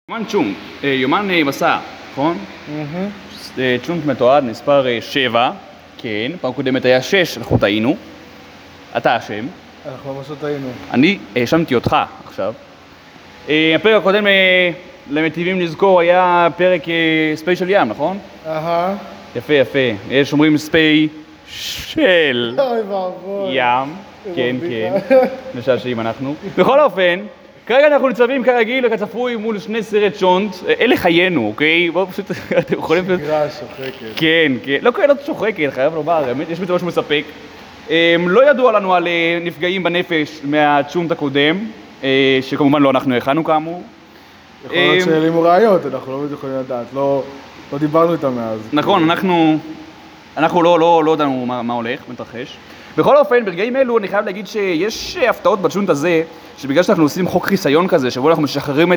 יומן צ'ונט, יומן מסע, נכון? צ'ונט מתועד, מספר 7, כן, פעם קודמת היה 6, אנחנו טעינו. אתה אשם. אנחנו ממש לא טעינו. אני האשמתי אותך עכשיו. הפרק הקודם למטיבים לזכור היה פרק ספיישל ים, נכון? יפה, יפה. יש אומרים ספיישל ים. כן, כן. משעשעים אנחנו. בכל אופן, כרגע אנחנו ניצבים כרגיל וכצפוי מול שני סרט צ'ונט. אלה חיינו, אוקיי? בואו פשוט, אתם יכולים... שגרה שוחקת. כן, כן. לא כאלה שוחקת, חייב לומר, יש בזה משהו מספק. לא ידוע לנו על נפגעים בנפש מהצ'ונט הקודם, שכמובן לא אנחנו הכנו כאמור. יכול להיות שהעלימו ראיות, אנחנו לא יכולים לדעת, לא דיברנו איתם מאז. נכון, אנחנו לא ידענו מה הולך, מתרחש. בכל אופן, ברגעים אלו אני חייב להגיד שיש הפתעות בצ'ונט הזה, שבגלל שאנחנו עושים חוק חיסיון כזה, שבו אנחנו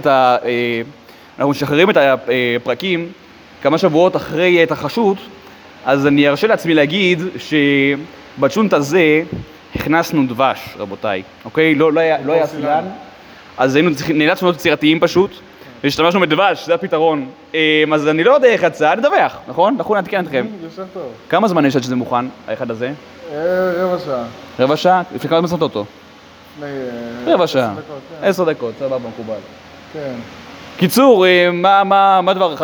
משחררים את הפרקים כמה שבועות אחרי התרחשות, אז אני ארשה לעצמי להגיד שבצ'ונט הזה הכנסנו דבש, רבותיי, אוקיי? לא היה סילן, אז נאלצנו להיות יצירתיים פשוט, והשתמשנו בדבש, זה הפתרון. אז אני לא יודע איך יצא, נדווח, נכון? אנחנו נעדכן אתכם. יושב טוב. כמה זמן יש עד שזה מוכן, האחד הזה? רבע שעה. רבע שעה? לפני כמה זמן אותו? רבע שעה. 10 דקות, 10 דקות, סבבה, מקובל. כן. קיצור, מה דברך?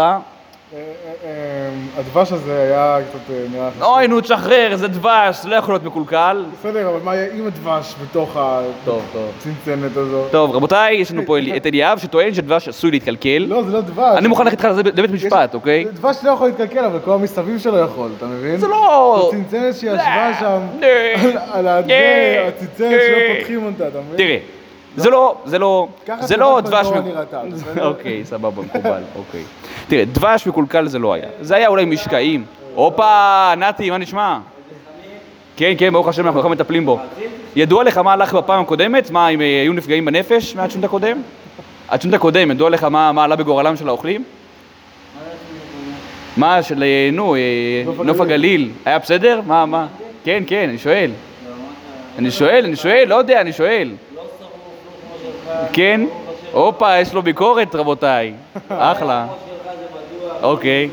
הדבש הזה היה קצת נראה חשוב. אוי, נו, תשחרר, זה דבש, זה לא יכול להיות מקולקל. בסדר, אבל מה יהיה עם הדבש בתוך הצנצנת הזאת? טוב, רבותיי, יש לנו פה את אליאב שטוען שדבש עשוי להתקלקל. לא, זה לא דבש. אני מוכן ללכת איתך לבית משפט, אוקיי? דבש לא יכול להתקלקל, אבל כל המסביב שלו יכול, אתה מבין? זה לא... זו צנצנת שישבה שם על הצנצנת שלא פותחים אותה, אתה מבין? תראה, זה לא דבש... נראתה. אוקיי, סבבה, מקובל, אוקיי. תראה, דבש מקולקל זה לא היה. זה היה אולי משקעים. הופה, נתי, מה נשמע? כן, כן, ברוך השם, אנחנו מטפלים בו. ידוע לך מה הלך בפעם הקודמת? מה, אם היו נפגעים בנפש מהצ'ונט הקודם? הצ'ונט הקודם, ידוע לך מה עלה בגורלם של האוכלים? מה, של, נוף הגליל. היה בסדר? מה? כן, כן, אני שואל, לא יודע, אני שואל. כן? הופה, יש לו ביקורת, רבותיי. אחלה. אוקיי.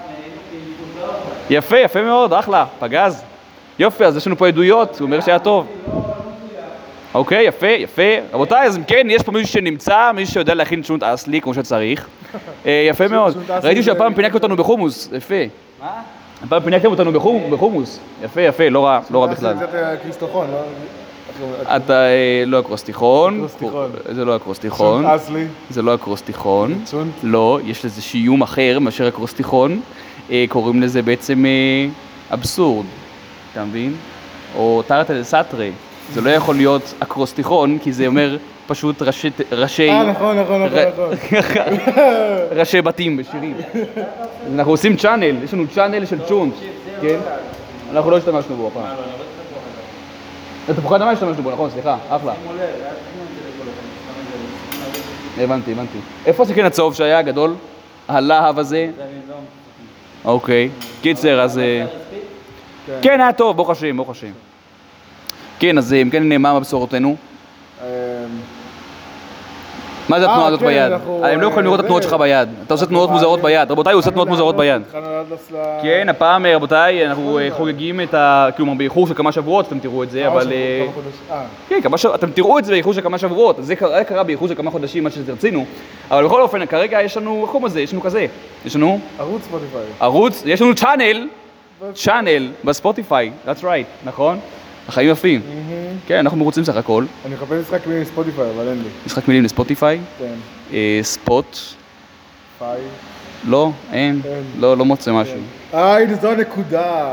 יפה מאוד, אחלה, פגז. יופי, אז יש לנו פה עדויות, הוא אומר שהיה טוב. אוקיי, יפה. רבותיי, אז כן, יש פה מישהו שנמצא, מישהו שיודע להכין צ'ונט אסלי כמו שצריך. יפה מאוד. ראיתי שהפעם פינקת אותנו בחומוס, יפה. מה? הפעם פינקתם אותנו בחומוס. יפה, לא רע בכלל. זה קצת קריסטוכון, לא? אתה לא אקרוסטיכון, זה לא אקרוסטיכון, צ'ונט אסלי, זה לא אקרוסטיכון, לא, יש לזה שיום אחר מאשר אקרוסטיכון, קוראים לזה בעצם אבסורד, אתה מבין? או תרתי דסתרי, זה לא יכול להיות אקרוסטיכון כי זה אומר פשוט ראשי, נכון, ראשי בתים בשירים. אנחנו עושים צ'אנל, יש לנו צ'אנל של צ'ונט, כן? אנחנו לא השתמשנו בו הפעם. אתה פוחד מה השתמשנו בו, נכון, סליחה, אחלה. הבנתי. איפה הסכין הצהוב שהיה הגדול? הלהב הזה? אוקיי. קיצר, אז... כן, היה טוב, ברוך השם. כן, אז אם כן, מה בבשורותינו? מה זה התנועה הזאת ביד? הם לא יכולים לראות את התנועות שלך ביד. אתה עושה תנועות מוזרות ביד. רבותיי, הוא עושה תנועות מוזרות ביד. כן, הפעם, רבותיי, אנחנו חוגגים את כלומר, באיחור של כמה שבועות, אתם תראו את זה, אבל... כן, אתם תראו את זה באיחור של כמה שבועות. זה קרה באיחור של כמה חודשים, מה שתרצינו. אבל בכל אופן, כרגע יש לנו, איך קוראים לזה? יש לנו כזה. יש לנו... ערוץ ספוטיפיי. יש לנו צ'אנל בספוטיפיי. That's right, נכון? החיים יפים. כן, אנחנו מרוצים סך הכל. אני מחפש משחק מילים לספוטיפיי, אבל אין לי. משחק מילים לספוטיפיי? כן. ספוט? פיי? לא, אין. לא מוצא משהו. הנה, זו הנקודה.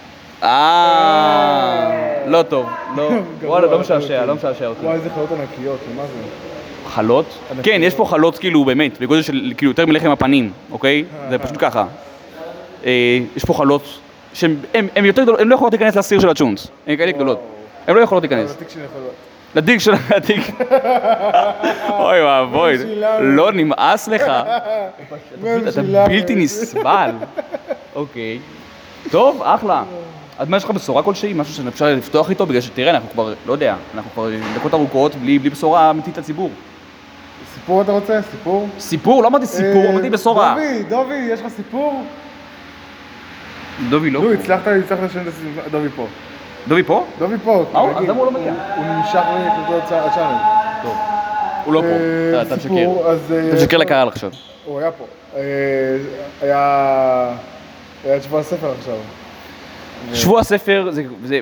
לא טוב. וואלה, לא משעשע אותי. וואי, איזה חלות ענקיות, מה זה? חלות? כן, יש פה חלות כאילו באמת, בגודל של כאילו יותר מלחם הפנים, אוקיי? זה פשוט ככה. יש פה חלות שהן יותר גדולות, הן לא יכולות להיכנס לסיר של הצ'ונט, הן כאלה גדולות, הן לא יכולות להיכנס. לתיק של התיק. אוי ואבוי, לא נמאס לך. אתה בלתי נסבל. אוקיי. טוב, אחלה. אז מה יש לך בשורה כלשהי? משהו שאפשר לפתוח איתו? בגלל שתראה, אנחנו כבר, לא יודע, אנחנו כבר דקות ארוכות בלי בשורה אמיתית לציבור. סיפור אתה רוצה? סיפור? סיפור? לא אמרתי סיפור, אמרתי בשורה. דובי, יש לך סיפור? דובי לא. נו, הצלחת לשנות את הסיפור, דובי פה. דובי פה? דובי פה. אז למה הוא לא מגיע? הוא נמשך לקלטות הצ'אנל. טוב. הוא לא פה, אתה משקר. אתה משקר לקהל עכשיו. הוא היה פה. היה שבוע הספר עכשיו. שבוע הספר,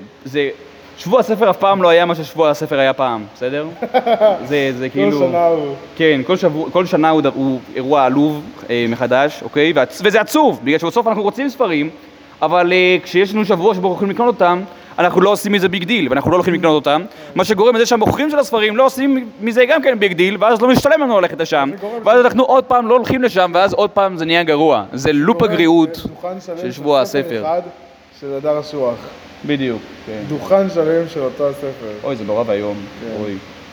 שבוע הספר אף פעם לא היה מה ששבוע הספר היה פעם, בסדר? זה כאילו... כל שנה הוא... כן, כל שנה הוא אירוע עלוב מחדש, אוקיי? וזה עצוב, בגלל שבסוף אנחנו רוצים ספרים, אבל כשיש לנו שבוע שבו אנחנו יכולים לקנות אותם, אנחנו לא עושים מזה ביג דיל, ואנחנו לא הולכים לקנות אותם, מה שגורם לזה שהמוכרים של הספרים לא עושים מזה גם כן ביג דיל, ואז לא משתלם לנו ללכת לשם, ואז אנחנו עוד פעם לא הולכים לשם, ואז עוד פעם זה נהיה גרוע. זה לופ הגריעות של שבוע הספר. של הדר אשוח. בדיוק, כן. דוכן שלם של אותו הספר. אוי, זה נורא והיום. אוי.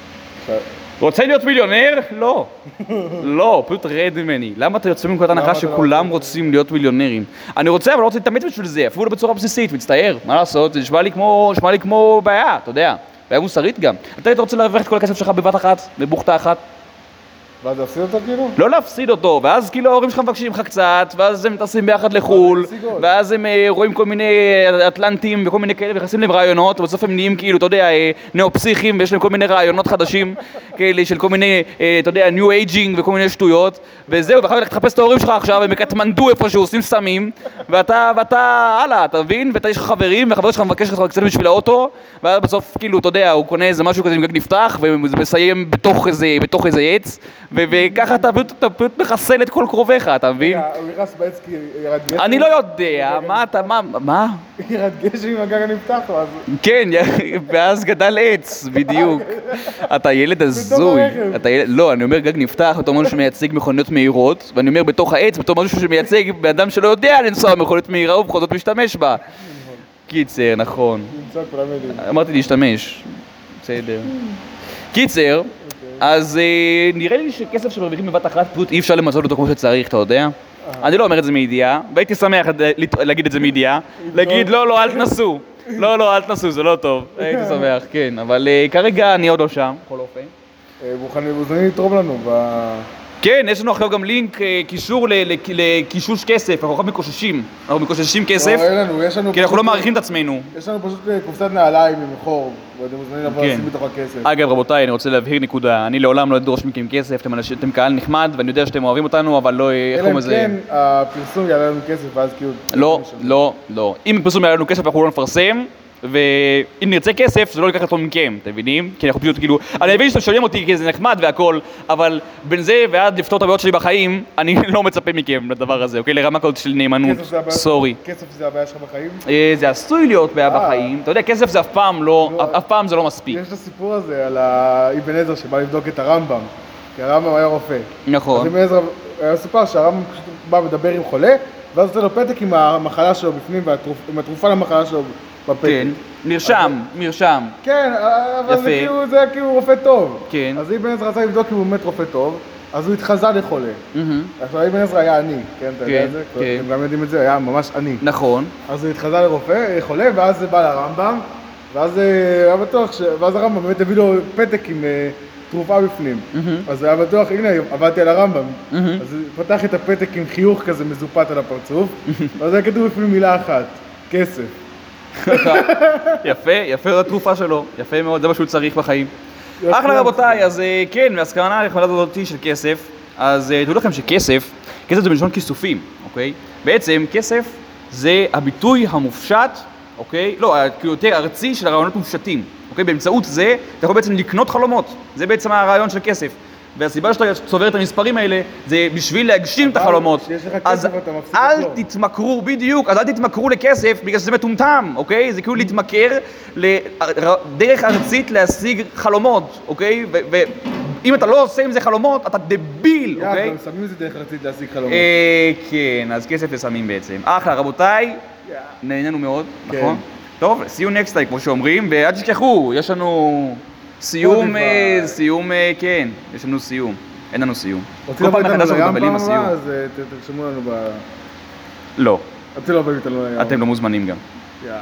רוצה להיות מיליונר? לא. לא, פשוט רד ממני. למה אתה יוצא מנקודת הנחה שכולם רוצים להיות מיליונרים? אני רוצה, אבל לא רוצה להתאמץ בשביל זה, אפילו בצורה בסיסית, מצטער. מה לעשות? זה נשמע לי כמו בעיה, אתה יודע. בעיה מוסרית גם. אתה רוצה להרוויח את כל הכסף שלך בבת אחת, בבוכתה אחת? ואז להפסיד אותו כאילו? לא להפסיד אותו, ואז כאילו ההורים שלך מבקשים לך קצת, ואז הם טסים ביחד לחול, ואז הם רואים כל מיני אטלנטים וכל מיני כאלה ונכנסים להם רעיונות, ובסוף הם נהיים כאילו, אתה יודע, נאופסיכים, ויש להם כל מיני רעיונות חדשים כאלה של כל מיני, אתה יודע, ניו אייג'ינג וכל מיני שטויות, וזהו, ואחר כך תחפש את ההורים שלך עכשיו, הם מקטמנדו איפה שעושים סמים, ואתה, הלאה, אתה מבין? ואתה יש לך חברים, והחבר שלך מבקש לך קצת בשביל האוטו, ואז בסוף כאילו, אתה יודע, הוא קונה איזה משהו כזה עם גג נפתח, ומסיים בתוך איזה עץ, וככה אתה פשוט מחסל את כל קרוביך, אתה מבין? הוא נכנס בעץ כי ירד גשם? אני לא יודע, מה? ירד גשם עם הגג הנפתח, אז... כן, ואז גדל עץ, בדיוק. אתה ילד הזוי. לא, אני אומר גג נפתח, אתה אומר שמייצג מכוניות מהירות, ואני אומר בתוך העץ, בתור משהו שמייצג באדם שלא יודע לנסוע מכוניות מהירה ובכל זאת משתמש בה. קיצר, נכון. אמרתי להשתמש. בסדר. קיצר, אז נראה לי שכסף שמרוויחים בבת אחת פשוט אי אפשר למצוא אותו כמו שצריך, אתה יודע? אני לא אומר את זה מידיעה, והייתי שמח להגיד את זה מידיעה, להגיד לא, אל תנסו, אל תנסו, זה לא טוב, הייתי שמח, כן, אבל כרגע אני עוד לא שם, בכל אופן. מוזמנים לתרום לנו כן, יש לנו עכשיו גם לינק, קישור לקישוש כסף, אנחנו עכשיו מקוששים כסף, כי אנחנו לא מעריכים את עצמנו. יש לנו פשוט קופסת נעליים עם חור, ואתם מוזמנים לבוא לשים בתוך הכסף. אגב, רבותיי, אני רוצה להבהיר נקודה, אני לעולם לא אדרוש מכם כסף, אתם קהל נחמד, ואני יודע שאתם אוהבים אותנו, אבל לא... אלא אם כן, הפרסום יעלה לנו כסף, ואז כאילו... לא. אם הפרסום יעלה לנו כסף, אנחנו לא נפרסם. ואם נרצה כסף, זה לא לקחת אותו מכם, אתם מבינים? כי אנחנו פשוט כאילו, אני מבין שאתם שואלים אותי כי זה נחמד והכל, אבל בין זה ועד לפתור את הבעיות שלי בחיים, אני לא מצפה מכם לדבר הזה, אוקיי? לרמה כזאת של נאמנות, סורי. כסף זה הבעיה שלך בחיים? זה עשוי להיות בעיה בחיים, אתה יודע, כסף זה אף פעם זה לא מספיק. יש את הסיפור הזה על אבן עזרא שבא לבדוק את הרמב"ם, כי הרמב"ם היה רופא. נכון. אז אבן עזרא היה סיפר שהרמב"ם פשוט בא לדבר עם חולה, ואז עושה לו פתק עם המחלה שלו בפנים, עם התרופה למחלה שלו בפתק. כן, מרשם. כן, אבל זה כאילו רופא טוב. כן. אז אבן עזרא רצה לבדוק אם הוא באמת רופא טוב, אז הוא התחזה לחולה. עכשיו אבן עזרא היה עני, כן, אתה יודע את זה? אתם גם יודעים את זה, היה ממש עני. נכון. אז הוא התחזה לחולה, ואז זה בא לרמב"ם, ואז היה בטוח, ואז הרמב"ם באמת הביא לו פתק עם תרופה בפנים. אז הוא היה בטוח, הנה, עבדתי על הרמב"ם. אז הוא פתח את הפתק עם חיוך כזה מזופת על הפרצוף, ואז היה כתוב אפילו מילה אחת, כסף. יפה התרופה שלו, יפה מאוד, זה מה שהוא צריך בחיים. אחלה רבותיי, אז כן, מהסקרנה הנחמדה הזאת של כסף, אז תראו לכם שכסף זה בלשון כיסופים, אוקיי? בעצם כסף זה הביטוי המופשט, אוקיי? לא, יותר ארצי של הרעיונות מופשטים, אוקיי? באמצעות זה אתה יכול בעצם לקנות חלומות, זה בעצם הרעיון של כסף. והסיבה שאתה צובר את המספרים האלה זה בשביל להגשים את החלומות. אז אל תתמכרו, בדיוק, אז אל תתמכרו לכסף בגלל שזה מטומטם, אוקיי? זה כאילו להתמכר לדרך ארצית להשיג חלומות, אוקיי? ואם אתה לא עושה עם זה חלומות, אתה דביל, אוקיי? גם שמים את זה דרך ארצית להשיג חלומות. כן, אז כסף לסמים בעצם. אחלה, רבותיי, נהנינו מאוד, נכון? טוב, see you next time, כמו שאומרים, ואל תשכחו, יש לנו... סיום, כן, יש לנו סיום, אין לנו סיום. רוצים לבוא איתנו לימב"ם הבא, אז תרשמו לנו ב... לא. רוצים לבוא איתנו לימב"ם. אתם לא מוזמנים גם.